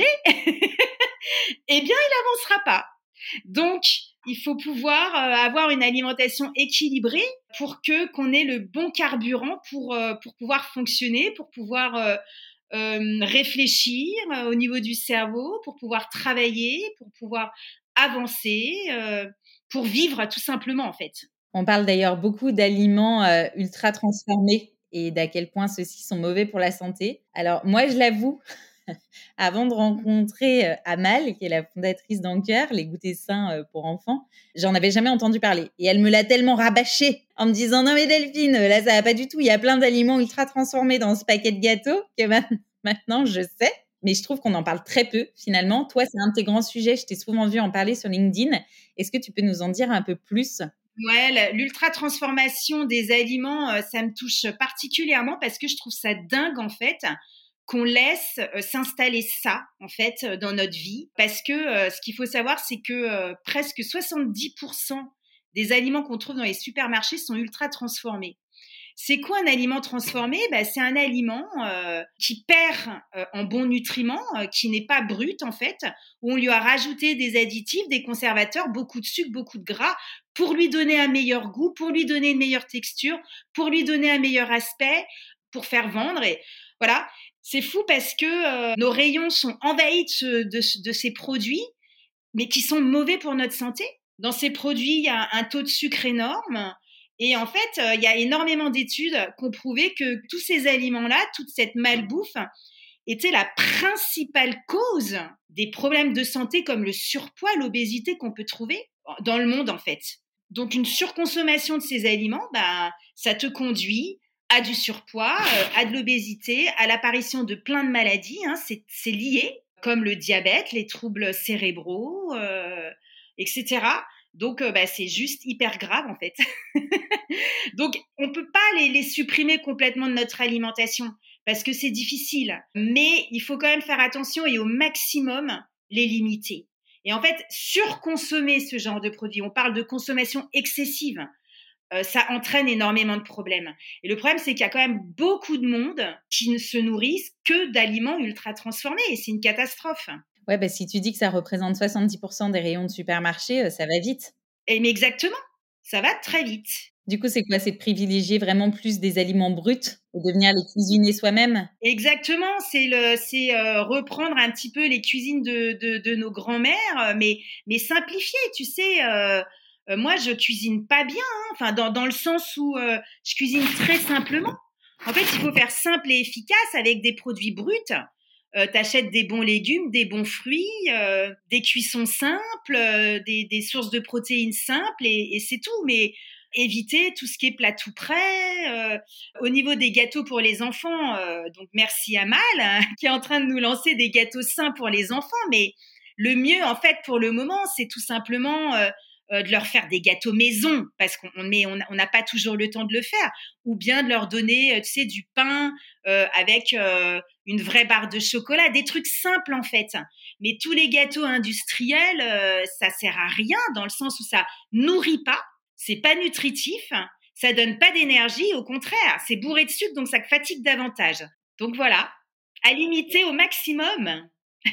eh bien, il avancera pas. Donc, il faut pouvoir euh, avoir une alimentation équilibrée pour que qu'on ait le bon carburant pour euh, pour pouvoir fonctionner, pour pouvoir euh, euh, réfléchir euh, au niveau du cerveau, pour pouvoir travailler, pour pouvoir avancer, euh, pour vivre tout simplement en fait. On parle d'ailleurs beaucoup d'aliments euh, ultra transformés et d'à quel point ceux-ci sont mauvais pour la santé. Alors moi, je l'avoue, avant de rencontrer euh, Amal, qui est la fondatrice d'Anker, les goûters sains euh, pour enfants, j'en avais jamais entendu parler. Et elle me l'a tellement rabâché en me disant « Non mais Delphine, là ça va pas du tout, il y a plein d'aliments ultra transformés dans ce paquet de gâteaux que maintenant je sais. » Mais je trouve qu'on en parle très peu finalement. Toi, c'est un de tes grands sujets, je t'ai souvent vu en parler sur LinkedIn. Est-ce que tu peux nous en dire un peu plus ? Ouais, l'ultra-transformation des aliments, euh, ça me touche particulièrement parce que je trouve ça dingue en fait qu'on laisse euh, s'installer ça en fait euh, dans notre vie. Parce que euh, ce qu'il faut savoir, c'est que euh, presque soixante-dix pour cent des aliments qu'on trouve dans les supermarchés sont ultra transformés. C'est quoi un aliment transformé ? Ben, c'est un aliment euh, qui perd euh, en bons nutriments, euh, qui n'est pas brut en fait, où on lui a rajouté des additifs, des conservateurs, beaucoup de sucre, beaucoup de gras, pour lui donner un meilleur goût, pour lui donner une meilleure texture, pour lui donner un meilleur aspect, pour faire vendre. Et voilà, c'est fou parce que euh, nos rayons sont envahis de, ce, de, de ces produits, mais qui sont mauvais pour notre santé. Dans ces produits, il y a un taux de sucre énorme. Et en fait, il y a énormément d'études qui ont prouvé que tous ces aliments-là, toute cette malbouffe, était la principale cause des problèmes de santé comme le surpoids, l'obésité qu'on peut trouver dans le monde, en fait. Donc, une surconsommation de ces aliments, bah, ça te conduit à du surpoids, à de l'obésité, à l'apparition de plein de maladies. Hein, c'est, c'est lié, comme le diabète, les troubles cérébraux, euh, et cetera. Donc, euh, bah, c'est juste hyper grave, en fait. Donc, on ne peut pas les, les supprimer complètement de notre alimentation parce que c'est difficile. Mais il faut quand même faire attention et au maximum les limiter. Et en fait, surconsommer ce genre de produits, on parle de consommation excessive, euh, ça entraîne énormément de problèmes. Et le problème, c'est qu'il y a quand même beaucoup de monde qui ne se nourrissent que d'aliments ultra transformés et c'est une catastrophe. Ouais, bah, si tu dis que ça représente soixante-dix pour cent des rayons de supermarché, euh, ça va vite. Et mais exactement, ça va très vite. Du coup, c'est quoi? C'est de privilégier vraiment plus des aliments bruts et de venir les cuisiner soi-même? Exactement, c'est le, c'est euh, reprendre un petit peu les cuisines de, de, de nos grands-mères, mais, mais simplifier, tu sais. Euh, euh, moi, je cuisine pas bien, hein, enfin dans, dans le sens où euh, je cuisine très simplement. En fait, il faut faire simple et efficace avec des produits bruts. Euh, t'achètes des bons légumes, des bons fruits, euh, des cuissons simples, euh, des, des sources de protéines simples et, et c'est tout. Mais éviter tout ce qui est plat tout prêt. Euh, au niveau des gâteaux pour les enfants, euh, donc merci Amal hein, qui est en train de nous lancer des gâteaux sains pour les enfants. Mais le mieux en fait pour le moment, c'est tout simplement euh, euh, de leur faire des gâteaux maison parce qu'on mais on n'a pas toujours le temps de le faire, ou bien de leur donner, tu sais, du pain euh, avec euh, une vraie barre de chocolat, des trucs simples en fait. Mais tous les gâteaux industriels, euh, ça sert à rien dans le sens où ça nourrit pas. C'est pas nutritif, ça donne pas d'énergie, au contraire, c'est bourré de sucre, donc ça fatigue davantage. Donc voilà, à limiter au maximum.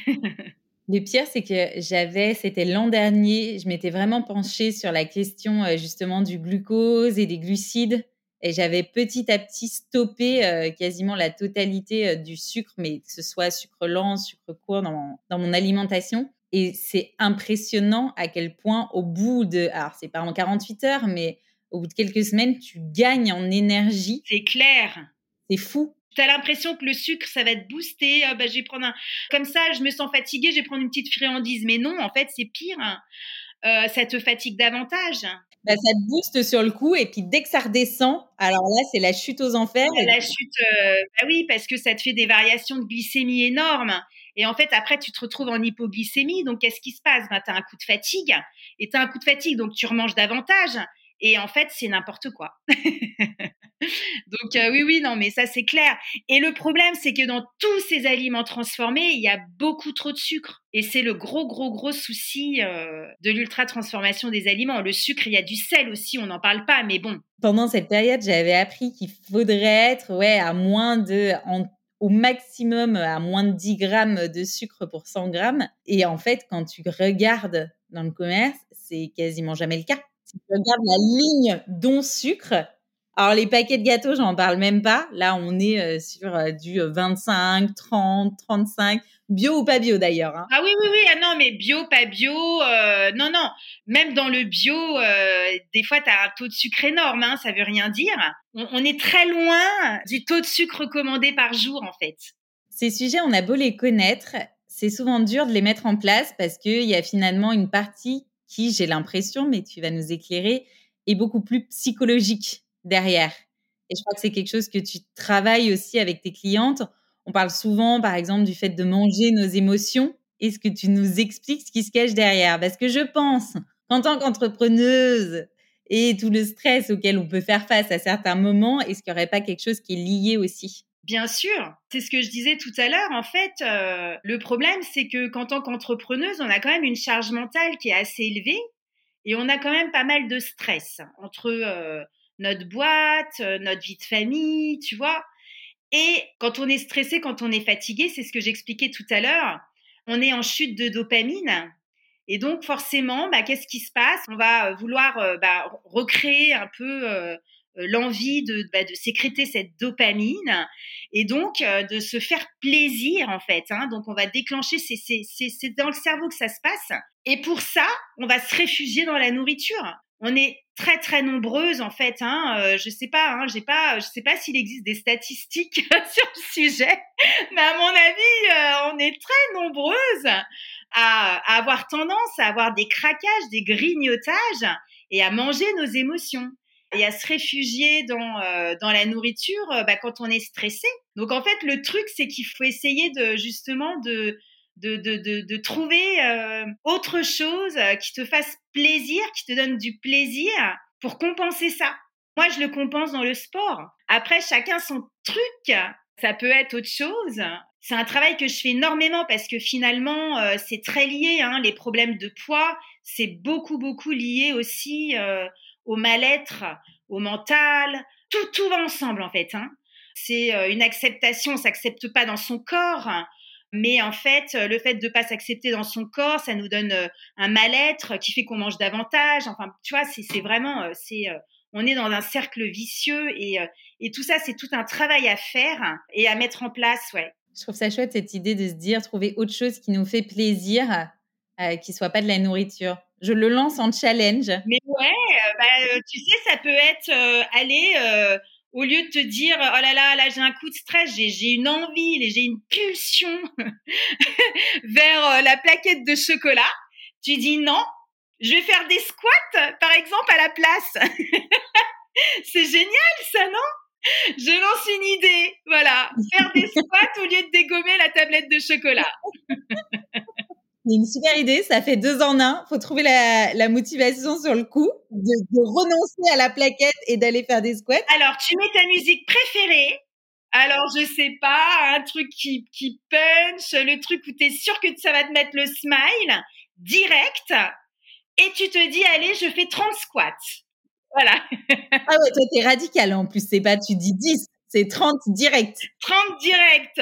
Le pire, c'est que j'avais, c'était l'an dernier, je m'étais vraiment penchée sur la question euh, justement du glucose et des glucides. Et j'avais petit à petit stoppé euh, quasiment la totalité euh, du sucre, mais que ce soit sucre lent, sucre court dans mon, dans mon alimentation. Et c'est impressionnant à quel point au bout de, alors c'est pas en quarante-huit heures, mais au bout de quelques semaines, tu gagnes en énergie. C'est clair. C'est fou. Tu as l'impression que le sucre, ça va te booster. Ah bah, je vais prendre un... Comme ça, je me sens fatiguée, je vais prendre une petite friandise. Mais non, en fait, c'est pire. Euh, ça te fatigue davantage. Bah, ça te booste sur le coup et puis dès que ça redescend, alors là, c'est la chute aux enfers. Et... La chute, euh, bah oui, parce que ça te fait des variations de glycémie énormes. Et en fait, après, tu te retrouves en hypoglycémie. Donc, qu'est-ce qui se passe? Ben, tu as un coup de fatigue. Et tu as un coup de fatigue, donc tu remanges davantage. Et en fait, c'est n'importe quoi. Donc, euh, oui, oui, non, mais ça, c'est clair. Et le problème, c'est que dans tous ces aliments transformés, il y a beaucoup trop de sucre. Et c'est le gros, gros, gros souci euh, de l'ultra-transformation des aliments. Le sucre, il y a du sel aussi, on n'en parle pas, mais bon. Pendant cette période, j'avais appris qu'il faudrait être ouais, à moins de... En au maximum à moins de dix grammes de sucre pour cent grammes. Et en fait, quand tu regardes dans le commerce, c'est quasiment jamais le cas. Si tu regardes la ligne don sucre, alors les paquets de gâteaux, j'en parle même pas. Là, on est sur du vingt-cinq, trente, trente-cinq, bio ou pas bio d'ailleurs. Hein. Ah oui, oui, oui, ah non, mais bio, pas bio, euh, non, non. Même dans le bio, euh, des fois, tu as un taux de sucre énorme, hein, ça veut rien dire. On, on est très loin du taux de sucre recommandé par jour, en fait. Ces sujets, on a beau les connaître, c'est souvent dur de les mettre en place parce qu'il y a finalement une partie qui, j'ai l'impression, mais tu vas nous éclairer, est beaucoup plus psychologique derrière. Et je crois que c'est quelque chose que tu travailles aussi avec tes clientes. On parle souvent, par exemple, du fait de manger nos émotions. Est-ce que tu nous expliques ce qui se cache derrière? Parce que je pense qu'en tant qu'entrepreneuse et tout le stress auquel on peut faire face à certains moments, est-ce qu'il n'y aurait pas quelque chose qui est lié aussi? Bien sûr, c'est ce que je disais tout à l'heure. En fait, euh, le problème, c'est que qu'en tant qu'entrepreneuse, on a quand même une charge mentale qui est assez élevée et on a quand même pas mal de stress entre euh, notre boîte, euh, notre vie de famille, tu vois. Et quand on est stressé, quand on est fatigué, c'est ce que j'expliquais tout à l'heure, on est en chute de dopamine. Et donc, forcément, bah, qu'est-ce qui se passe? On va vouloir euh, bah, recréer un peu euh, l'envie de, bah, de sécréter cette dopamine et donc euh, de se faire plaisir, en fait. Hein. Donc, on va déclencher, c'est, c'est, c'est, c'est dans le cerveau que ça se passe. Et pour ça, on va se réfugier dans la nourriture. On est très très nombreuses en fait. Hein. Euh, je sais pas, hein, j'ai pas, je sais pas s'il existe des statistiques sur le sujet, mais à mon avis, euh, on est très nombreuses à, à avoir tendance à avoir des craquages, des grignotages et à manger nos émotions et à se réfugier dans euh, dans la nourriture euh, bah, quand on est stressé. Donc en fait, le truc c'est qu'il faut essayer de justement de de, de, de, de trouver euh, autre chose qui te fasse plaisir, qui te donne du plaisir pour compenser ça. Moi, je le compense dans le sport. Après, chacun son truc. Ça peut être autre chose. C'est un travail que je fais énormément parce que finalement, euh, c'est très lié. Hein, les problèmes de poids, c'est beaucoup, beaucoup lié aussi euh, au mal-être, au mental. Tout, tout va ensemble en fait. Hein. C'est euh, une acceptation. On s'accepte pas dans son corps. Mais en fait, le fait de pas s'accepter dans son corps, ça nous donne euh, un mal-être qui fait qu'on mange davantage. Enfin, tu vois, c'est, c'est vraiment... Euh, c'est, euh, on est dans un cercle vicieux et, euh, et tout ça, c'est tout un travail à faire et à mettre en place, ouais. Je trouve ça chouette, cette idée de se dire, trouver autre chose qui nous fait plaisir, euh, qui soit pas de la nourriture. Je le lance en challenge. Mais ouais, euh, bah, euh, tu sais, ça peut être euh, aller, euh, au lieu de te dire, oh là là, là j'ai un coup de stress, j'ai, j'ai une envie, j'ai une pulsion vers euh, la plaquette de chocolat, tu dis non, je vais faire des squats, par exemple, à la place. C'est génial, ça, non? Je lance une idée, voilà. Faire des squats au lieu de dégommer la tablette de chocolat. C'est une super idée, ça fait deux en un. Faut trouver la, la motivation sur le coup, de, de renoncer à la plaquette et d'aller faire des squats. Alors, tu mets ta musique préférée. Alors, je sais pas, un truc qui, qui punch, le truc où t'es sûr que ça va te mettre le smile, direct. Et tu te dis, allez, je fais trente squats. Voilà. Ah ouais, toi, t'es radical en plus. C'est pas, tu dis dix, c'est trente direct. trente direct.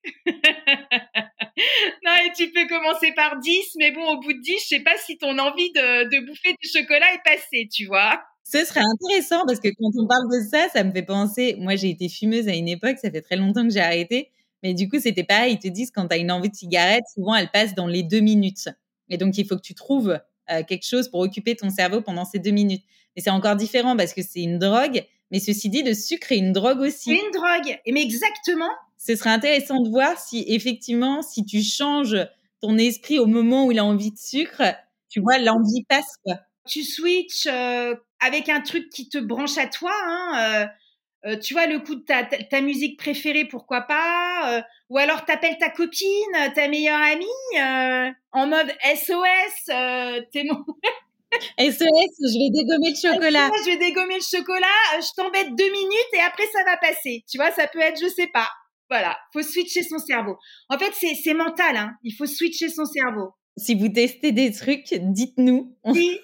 Non, et tu peux commencer par dix, mais bon, au bout de dix, je sais pas si ton envie de, de bouffer du chocolat est passée, tu vois. Ce serait intéressant parce que quand on parle de ça, ça me fait penser, moi j'ai été fumeuse à une époque, ça fait très longtemps que j'ai arrêté, mais du coup c'était pareil, ils te disent quand tu as une envie de cigarette, souvent elle passe dans les deux minutes. Et donc il faut que tu trouves euh, quelque chose pour occuper ton cerveau pendant ces deux minutes. Mais c'est encore différent parce que c'est une drogue, mais ceci dit, le sucre est une drogue aussi. C'est une drogue, mais exactement. Ce serait intéressant de voir si effectivement, si tu changes ton esprit au moment où il a envie de sucre, tu vois, l'envie passe, quoi. Tu switches euh, avec un truc qui te branche à toi, hein, euh, euh, tu vois, le coup de ta, ta, ta musique préférée, pourquoi pas, euh, ou alors t'appelles ta copine, ta meilleure amie, euh, en mode S O S, euh, t'es mon... S O S, je vais dégommer le chocolat. S O S, je vais dégommer le chocolat, je t'embête deux minutes et après ça va passer. Tu vois, ça peut être, je sais pas. Voilà, faut switcher son cerveau. En fait, c'est, c'est mental, hein. Il faut switcher son cerveau. Si vous testez des trucs, dites-nous. Oui.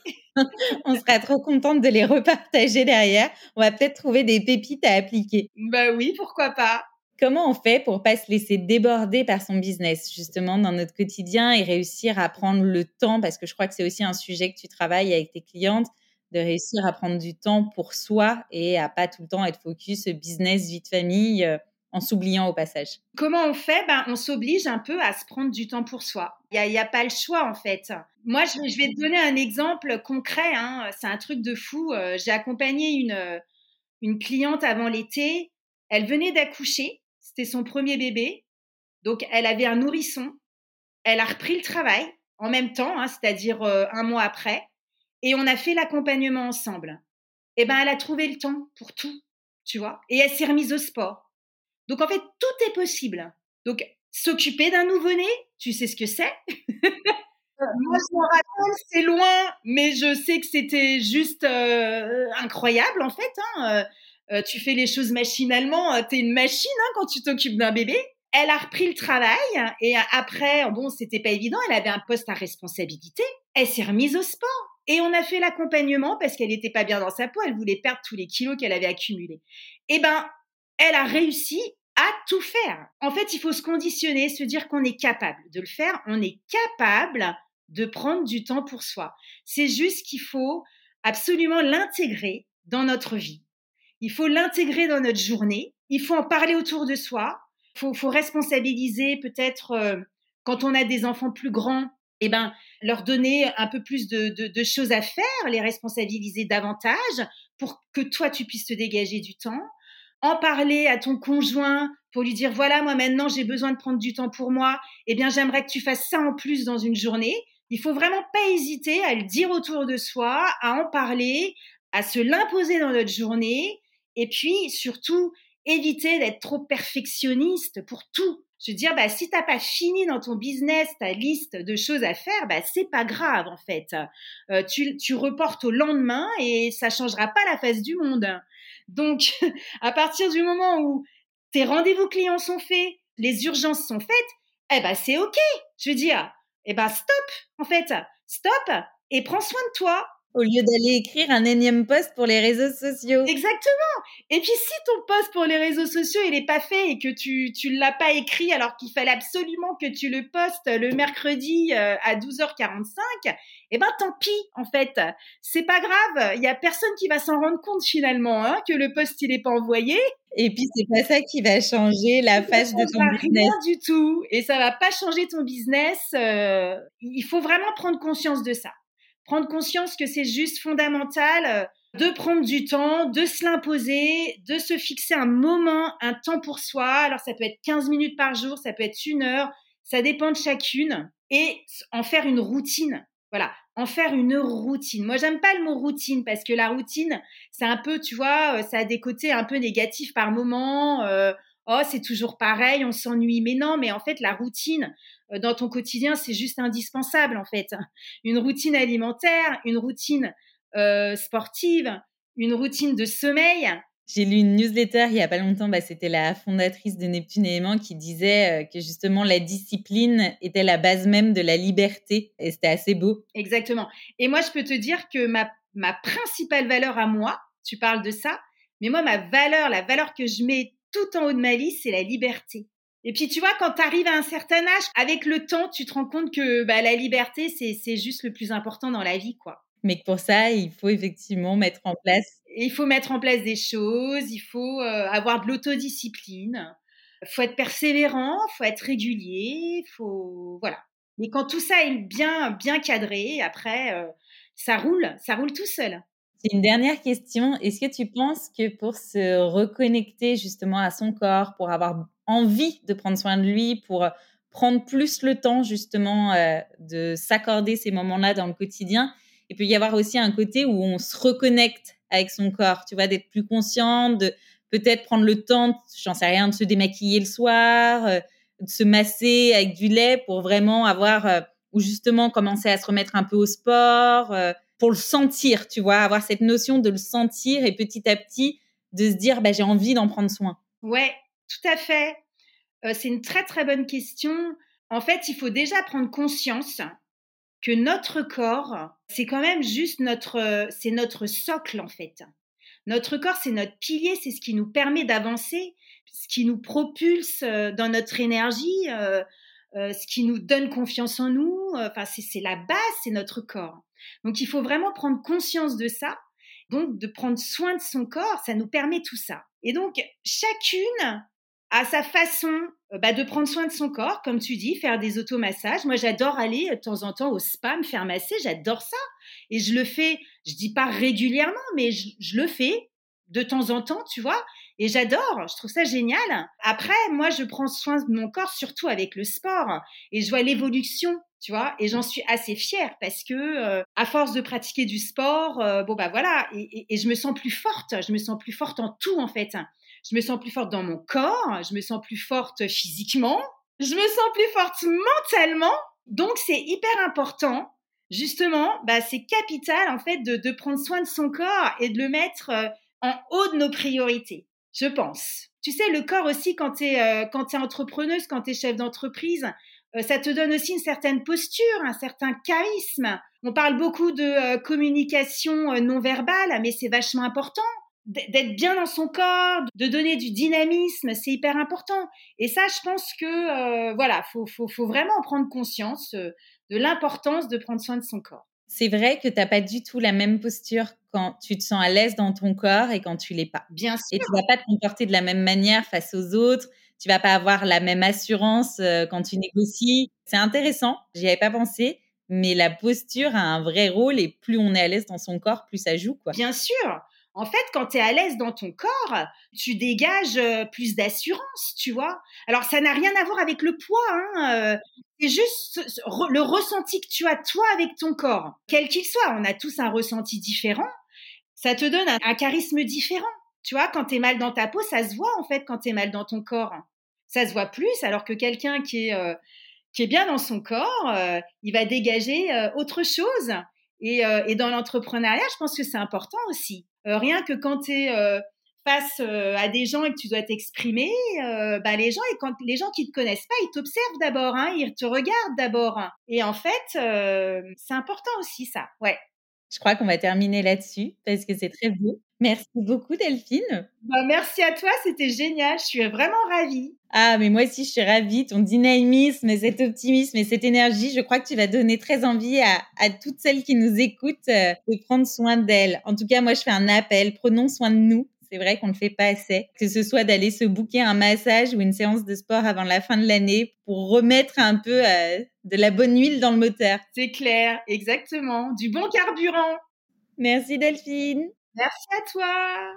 On sera trop contente de les repartager derrière. On va peut-être trouver des pépites à appliquer. Bah oui, pourquoi pas. Comment on fait pour pas se laisser déborder par son business, justement, dans notre quotidien et réussir à prendre le temps, parce que je crois que c'est aussi un sujet que tu travailles avec tes clientes, de réussir à prendre du temps pour soi et à pas tout le temps être focus business, vie de famille, euh, en s'oubliant au passage. Comment on fait? Ben, on s'oblige un peu à se prendre du temps pour soi. Il n'y a, y a pas le choix, en fait. Moi, je, je vais te donner un exemple concret. Hein. C'est un truc de fou. Euh, j'ai accompagné une, une cliente avant l'été. Elle venait d'accoucher. C'était son premier bébé. Donc, elle avait un nourrisson. Elle a repris le travail en même temps, hein, c'est-à-dire euh, un mois après. Et on a fait l'accompagnement ensemble. Et ben, elle a trouvé le temps pour tout, tu vois. Et elle s'est remise au sport. Donc, en fait, tout est possible. Donc, s'occuper d'un nouveau-né, tu sais ce que c'est. Moi, je m'en rappelle, c'est loin, mais je sais que c'était juste euh, incroyable, en fait. Hein. Euh, tu fais les choses machinalement, euh, t'es une machine hein, quand tu t'occupes d'un bébé. Elle a repris le travail et après, bon, c'était pas évident, elle avait un poste à responsabilité. Elle s'est remise au sport. Et on a fait l'accompagnement parce qu'elle n'était pas bien dans sa peau, elle voulait perdre tous les kilos qu'elle avait accumulés. Et ben, elle a réussi à tout faire. En fait, il faut se conditionner, se dire qu'on est capable de le faire. On est capable de prendre du temps pour soi. C'est juste qu'il faut absolument l'intégrer dans notre vie. Il faut l'intégrer dans notre journée. Il faut en parler autour de soi. Il faut, faut responsabiliser peut-être euh, quand on a des enfants plus grands, eh ben, leur donner un peu plus de, de, de choses à faire, les responsabiliser davantage pour que toi, tu puisses te dégager du temps. En parler à ton conjoint pour lui dire, voilà, moi maintenant, j'ai besoin de prendre du temps pour moi. Eh bien, j'aimerais que tu fasses ça en plus dans une journée. Il faut vraiment pas hésiter à le dire autour de soi, à en parler, à se l'imposer dans notre journée. Et puis, surtout, éviter d'être trop perfectionniste pour tout. Je veux dire, bah, si t'as pas fini dans ton business ta liste de choses à faire, bah, c'est pas grave, en fait. Euh, tu, tu reportes au lendemain et ça changera pas la face du monde. Donc, à partir du moment où tes rendez-vous clients sont faits, les urgences sont faites, eh ben, c'est OK. Je veux dire, eh ben, stop, en fait. Stop et prends soin de toi. Au lieu d'aller écrire un énième post pour les réseaux sociaux. Exactement. Et puis, si ton post pour les réseaux sociaux, il n'est pas fait et que tu tu l'as pas écrit alors qu'il fallait absolument que tu le postes le mercredi euh, à douze heures quarante-cinq, eh ben, tant pis, en fait. C'est pas grave. Il y a personne qui va s'en rendre compte finalement, hein, que le post, il est pas envoyé. Et puis, c'est pas ça qui va changer la face de ton business. Rien du tout. Et ça va pas changer ton business. Euh, il faut vraiment prendre conscience de ça. Prendre conscience que c'est juste fondamental de prendre du temps, de se l'imposer, de se fixer un moment, un temps pour soi. Alors, ça peut être quinze minutes par jour, ça peut être une heure, ça dépend de chacune. Et en faire une routine. Voilà, en faire une routine. Moi, j'aime pas le mot routine parce que la routine, c'est un peu, tu vois, ça a des côtés un peu négatifs par moment. Euh, oh, c'est toujours pareil, on s'ennuie. Mais non, mais en fait, la routine euh, dans ton quotidien, c'est juste indispensable, en fait. Une routine alimentaire, une routine euh, sportive, une routine de sommeil. J'ai lu une newsletter il y a pas longtemps, bah, c'était la fondatrice de Neptune et Aimant qui disait euh, que justement la discipline était la base même de la liberté et c'était assez beau. Exactement. Et moi, je peux te dire que ma, ma principale valeur à moi, tu parles de ça, mais moi, ma valeur, la valeur que je mets tout en haut de ma liste, c'est la liberté. Et puis, tu vois, quand tu arrives à un certain âge, avec le temps, tu te rends compte que bah, la liberté, c'est, c'est juste le plus important dans la vie, quoi. Mais que pour ça, il faut effectivement mettre en place. Et il faut mettre en place des choses, il faut euh, avoir de l'autodiscipline, il faut être persévérant, il faut être régulier, il faut... Voilà. Mais quand tout ça est bien, bien cadré, après, euh, ça roule, ça roule tout seul. C'est une dernière question. Est-ce que tu penses que pour se reconnecter justement à son corps, pour avoir envie de prendre soin de lui, pour prendre plus le temps justement euh, de s'accorder ces moments-là dans le quotidien, il peut y avoir aussi un côté où on se reconnecte avec son corps, tu vois, d'être plus consciente, de peut-être prendre le temps, j'en sais rien, de se démaquiller le soir, euh, de se masser avec du lait pour vraiment avoir, euh, ou justement commencer à se remettre un peu au sport, euh, pour le sentir, tu vois, avoir cette notion de le sentir et petit à petit de se dire, bah, j'ai envie d'en prendre soin. Ouais, tout à fait. Euh, c'est une très très bonne question. En fait, il faut déjà prendre conscience que notre corps, c'est quand même juste notre, c'est notre socle en fait. Notre corps, c'est notre pilier, c'est ce qui nous permet d'avancer, ce qui nous propulse dans notre énergie, euh, euh, ce qui nous donne confiance en nous. Enfin, c'est, c'est la base, c'est notre corps. Donc, il faut vraiment prendre conscience de ça. Donc, de prendre soin de son corps, ça nous permet tout ça. Et donc, chacune a sa façon bah, de prendre soin de son corps, comme tu dis, faire des automassages. Moi, j'adore aller de temps en temps au spa, me faire masser, j'adore ça. Et je le fais, je dis pas régulièrement, mais je, je le fais de temps en temps, tu vois. Et j'adore, je trouve ça génial. Après, moi, je prends soin de mon corps, surtout avec le sport. Et je vois l'évolution, tu vois. Et j'en suis assez fière parce que, euh, à force de pratiquer du sport, euh, bon, bah voilà. Et, et, et je me sens plus forte. Je me sens plus forte en tout, en fait. Je me sens plus forte dans mon corps. Je me sens plus forte physiquement. Je me sens plus forte mentalement. Donc, c'est hyper important. Justement, bah, c'est capital, en fait, de, de prendre soin de son corps et de le mettre euh, en haut de nos priorités, je pense. Tu sais, le corps aussi, quand tu es euh, quand t'es entrepreneuse, quand tu es chef d'entreprise, euh, ça te donne aussi une certaine posture, un certain charisme. On parle beaucoup de euh, communication euh, non verbale, mais c'est vachement important. D'être bien dans son corps, de donner du dynamisme, c'est hyper important. Et ça, je pense que euh, voilà, faut, faut, faut vraiment prendre conscience euh, de l'importance de prendre soin de son corps. C'est vrai que tu n'as pas du tout la même posture quand tu te sens à l'aise dans ton corps et quand tu l'es pas. Bien sûr. Et tu vas pas te comporter de la même manière face aux autres. Tu vas pas avoir la même assurance euh, quand tu négocies. C'est intéressant. J'y avais pas pensé. Mais la posture a un vrai rôle et plus on est à l'aise dans son corps, plus ça joue, quoi. Bien sûr. En fait, quand tu es à l'aise dans ton corps, tu dégages euh, plus d'assurance, tu vois. Alors, ça n'a rien à voir avec le poids, hein. Euh, c'est juste ce, ce, re, le ressenti que tu as, toi, avec ton corps. Quel qu'il soit, on a tous un ressenti différent. Ça te donne un, un charisme différent. Tu vois, quand tu es mal dans ta peau, ça se voit, en fait, quand tu es mal dans ton corps. Ça se voit plus, alors que quelqu'un qui est, euh, qui est bien dans son corps, euh, il va dégager euh, autre chose. Et, euh, et dans l'entrepreneuriat, je pense que c'est important aussi. Euh, rien que quand tu es euh, face euh, à des gens et que tu dois t'exprimer, euh, bah les gens, et quand les gens qui te connaissent pas, ils t'observent d'abord, hein, ils te regardent d'abord. Et en fait, euh, c'est important aussi ça. Ouais. Je crois qu'on va terminer là-dessus parce que c'est très beau. Merci beaucoup Delphine. Bah, merci à toi, c'était génial. Je suis vraiment ravie. Ah, mais moi aussi, je suis ravie. Ton dynamisme, cet optimisme et cette énergie, je crois que tu vas donner très envie à, à toutes celles qui nous écoutent euh, de prendre soin d'elles. En tout cas, moi, je fais un appel. Prenons soin de nous. C'est vrai qu'on ne le fait pas assez. Que ce soit d'aller se booker un massage ou une séance de sport avant la fin de l'année pour remettre un peu euh, de la bonne huile dans le moteur. C'est clair, exactement. Du bon carburant. Merci Delphine. Merci à toi.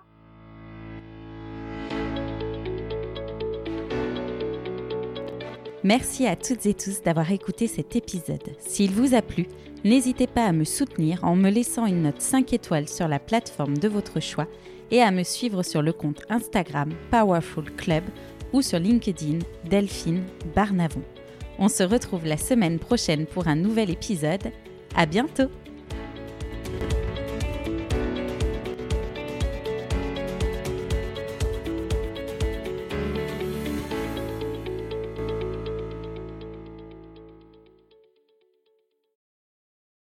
Merci à toutes et tous d'avoir écouté cet épisode. S'il vous a plu, n'hésitez pas à me soutenir en me laissant une note cinq étoiles sur la plateforme de votre choix et à me suivre sur le compte Instagram Powerful Club ou sur LinkedIn Delphine Barnavon. On se retrouve la semaine prochaine pour un nouvel épisode. À bientôt!